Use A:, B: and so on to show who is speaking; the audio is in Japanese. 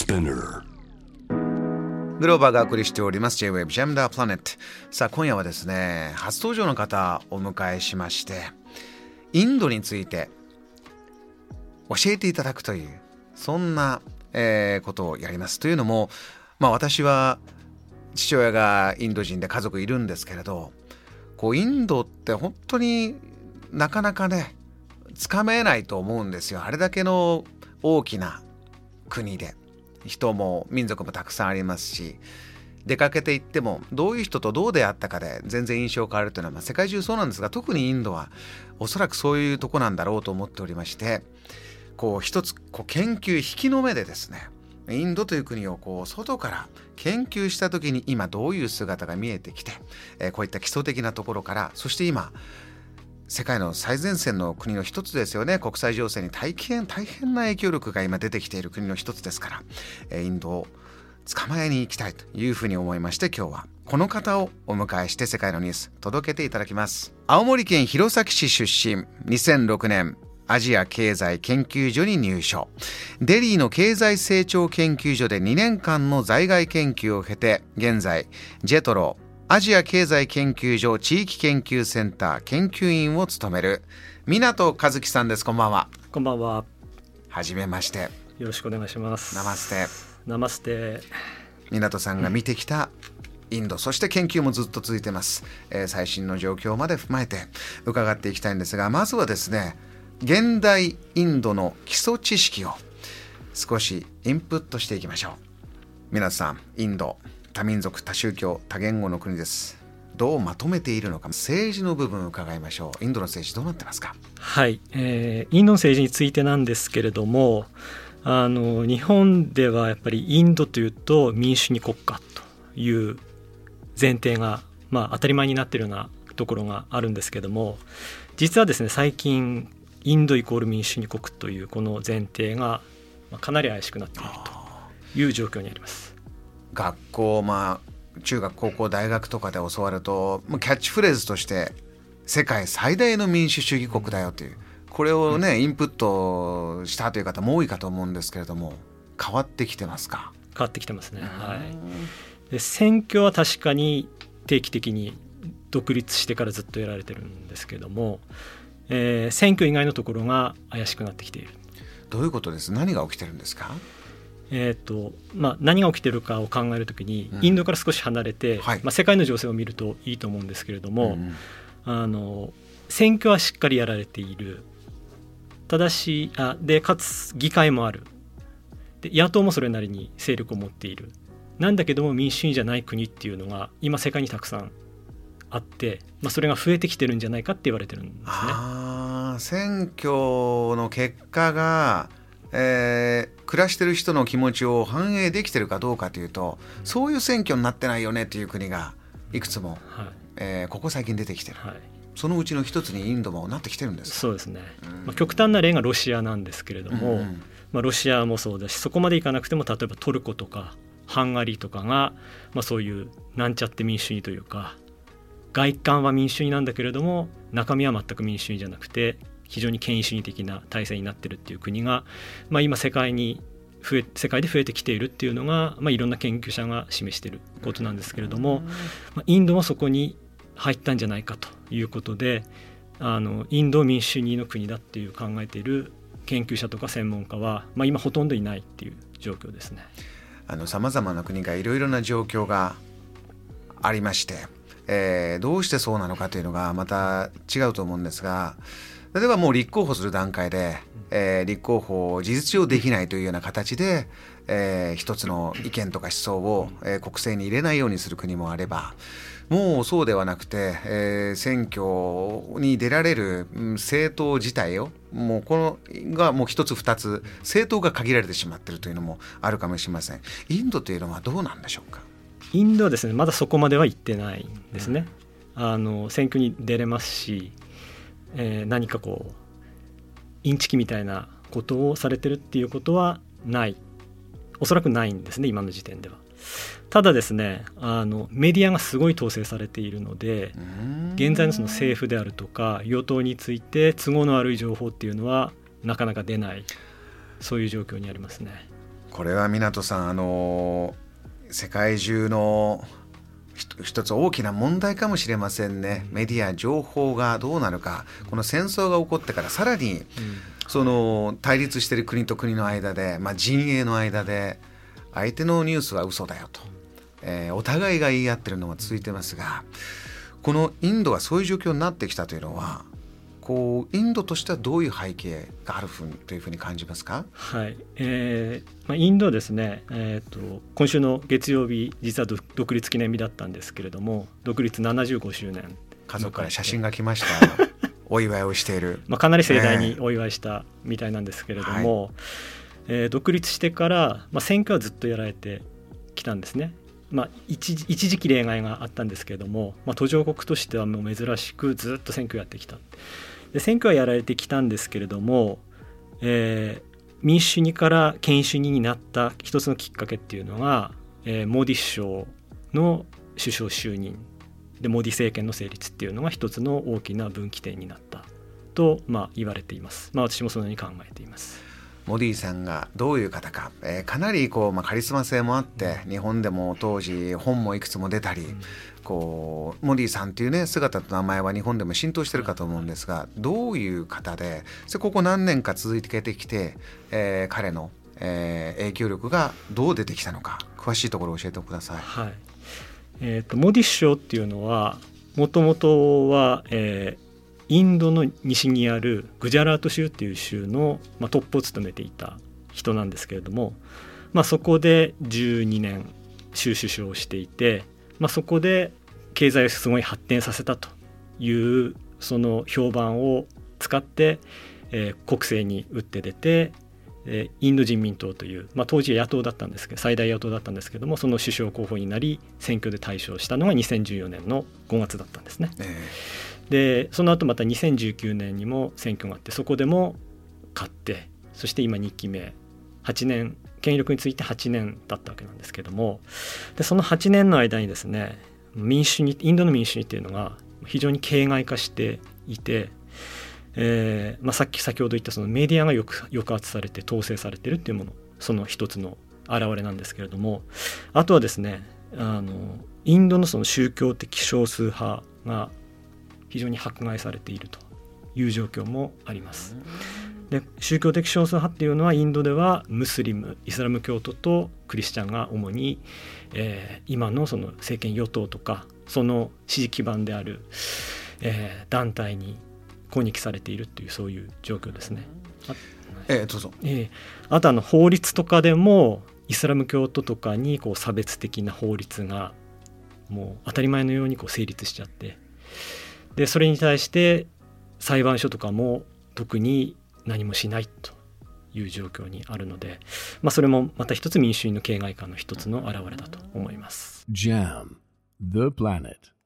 A: Spinner。
B: グローバーがお送りしております J-Wave Jam the Planet。 さあ今夜はですね、初登場の方をお迎えしまして、インドについて教えていただくというそんな、ことをやります。というのも、私は父親がインド人で家族いるんですけれど、インドって本当になかなかねつかめないと思うんですよ。あれだけの大きな国で人も民族もたくさんありますし、出かけて行ってもどういう人とどう出会ったかで全然印象変わるというのは、世界中そうなんですが、特にインドはおそらくそういうとこなんだろうと思っておりまして、一つ研究引きの目でですね、インドという国を外から研究した時に今どういう姿が見えてきて、こういった基礎的なところから、そして今世界の最前線の国の一つですよね。国際情勢に大変な影響力が今出てきている国の一つですから、インドを捕まえに行きたいというふうに思いまして、今日はこの方をお迎えして世界のニュース届けていただきます。青森県弘前市出身、2006年アジア経済研究所に入所、デリーの経済成長研究所で2年間の在外研究を経て、現在ジェトロアジア経済研究所地域研究センター研究員を務める港和樹さんです。こんばんは。
C: こんばんは。
B: はじめまして。
C: よろしくお願いします。
B: ナマステ。
C: ナマステ。
B: 港さんが見てきたインド、そして研究もずっと続いてます。最新の状況まで踏まえて伺っていきたいんですが、まずはですね、現代インドの基礎知識を少しインプットしていきましょう。皆さん、インド多民族多宗教多言語の国です。どうまとめているのか、政治の部分を伺いましょう。インドの政治どうなってますか？
C: はい、インドの政治についてなんですけれども、日本ではやっぱりインドというと民主主義国家という前提が、当たり前になっているようなところがあるんですけども、実はですね、最近インドイコール民主主義国というこの前提がかなり怪しくなっているという状況にあります。
B: 学校、中学高校大学とかで教わると、キャッチフレーズとして世界最大の民主主義国だよという、これをね、インプットしたという方も多いかと思うんですけれども、変わってきてますか？
C: 変わってきてますね。はい。で、選挙は確かに定期的に独立してからずっとやられてるんですけども、選挙以外のところが怪しくなってきている。
B: どういうことです？何が起きてるんですか？
C: 何が起きているかを考えるときに、インドから少し離れて、世界の情勢を見るといいと思うんですけれども、選挙はしっかりやられている。ただしでかつ議会もある。で、野党もそれなりに勢力を持っている。なんだけども民主主義じゃない国っていうのが今世界にたくさんあって、それが増えてきてるんじゃないかって言われてるんですね。
B: 選挙の結果が、暮らしてる人の気持ちを反映できてるかどうかというと、そういう選挙になってないよねという国がいくつも、ここ最近出てきてる、そのうちの一つにインドもなってきてるんですか？
C: そうですね。極端な例がロシアなんですけれども、ロシアもそうだし、そこまでいかなくても例えばトルコとかハンガリーとかが、そういうなんちゃって民主主義というか、外観は民主主義なんだけれども中身は全く民主主義じゃなくて非常に権威主義的な体制になっているっていう国が、今世界で増えてきているっていうのが、いろんな研究者が示していることなんですけれども、インドもそこに入ったんじゃないかということで、インドを民主主義の国だっていう考えている研究者とか専門家は、今ほとんどいないっていう状況ですね。
B: 様々な国がいろいろな状況がありまして、どうしてそうなのかというのがまた違うと思うんですが、例えばもう立候補する段階で、立候補を事実上できないというような形で、一つの意見とか思想を、国政に入れないようにする国もあれば、もうそうではなくて、選挙に出られる政党自体をもうこのがもう一つ二つ政党が限られてしまっているというのもあるかもしれません。インドというのはどうなんでしょうか？
C: インドはですね、まだそこまでは行ってないんですね。選挙に出れますし、何かインチキみたいなことをされてるっていうことはない、おそらくないんですね、今の時点では。ただですね、メディアがすごい統制されているので、現在のその政府であるとか与党について都合の悪い情報っていうのはなかなか出ない、そういう状況にありますね。
B: これは湊さん、世界中の一つ大きな問題かもしれませんね。メディア情報がどうなるか、この戦争が起こってからさらにその対立している国と国の間で、陣営の間で相手のニュースは嘘だよと、お互いが言い合ってるのが続いてますが、このインドがそういう状況になってきたというのは、こうインドとしてはどういう背景があるというふうに感じますか？
C: はい、インドはですね、今週の月曜日、実は独立記念日だったんですけれども、独立75周年、
B: 家族から写真が来ましたお祝いをしている、
C: かなり盛大にお祝いしたみたいなんですけれども、独立してから、選挙はずっとやられてきたんですね。一時期例外があったんですけれども、途上国としてはもう珍しくずっと選挙をやってきた。で選挙はやられてきたんですけれども、民主主義から権威主義になった一つのきっかけっていうのが、モディ首相の首相就任でモディ政権の成立っていうのが一つの大きな分岐点になったと、言われています。私もそのように考えています。
B: モディさんがどういう方か、かなりカリスマ性もあって、日本でも当時本もいくつも出たり、モディさんというね姿と名前は日本でも浸透してるかと思うんですが、どういう方で、ここ何年か続いてきて、彼の、影響力がどう出てきたのか、詳しいところを教えてください。
C: はい。モディ首相っていうのはもともとは、インドの西にあるグジャラート州っていう州の、トップを務めていた人なんですけれども、そこで12年州首相をしていて、そこで経済をすごい発展させたというその評判を使って、国政に打って出て、インド人民党という、当時は野党だったんですけど、最大野党だったんですけども、その首相候補になり選挙で大勝したのが2014年の5月だったんですね。でその後また2019年にも選挙があって、そこでも勝って、そして今2期目、8年権力について8年だったわけなんですけども、でその8年の間にですね、インドの民主主義っていうのが非常に形骸化していて、先ほど言ったそのメディアが抑圧されて統制されているっていうもの、その一つの表れなんですけれども、あとはですね、インドのその宗教的少数派が非常に迫害されているという状況もあります。で宗教的少数派っていうのは、インドではムスリム、イスラム教徒とクリスチャンが主に、今のその政権与党とかその支持基盤である、団体に攻撃されているという、そういう状況ですね。
B: どうぞ。
C: あと法律とかでもイスラム教徒とかに差別的な法律がもう当たり前のように成立しちゃって、でそれに対して裁判所とかも特に何もしないという状況にあるので、それもまた一つ民主主義の形骸化の一つの表れだと思います。
A: JAM, The Planet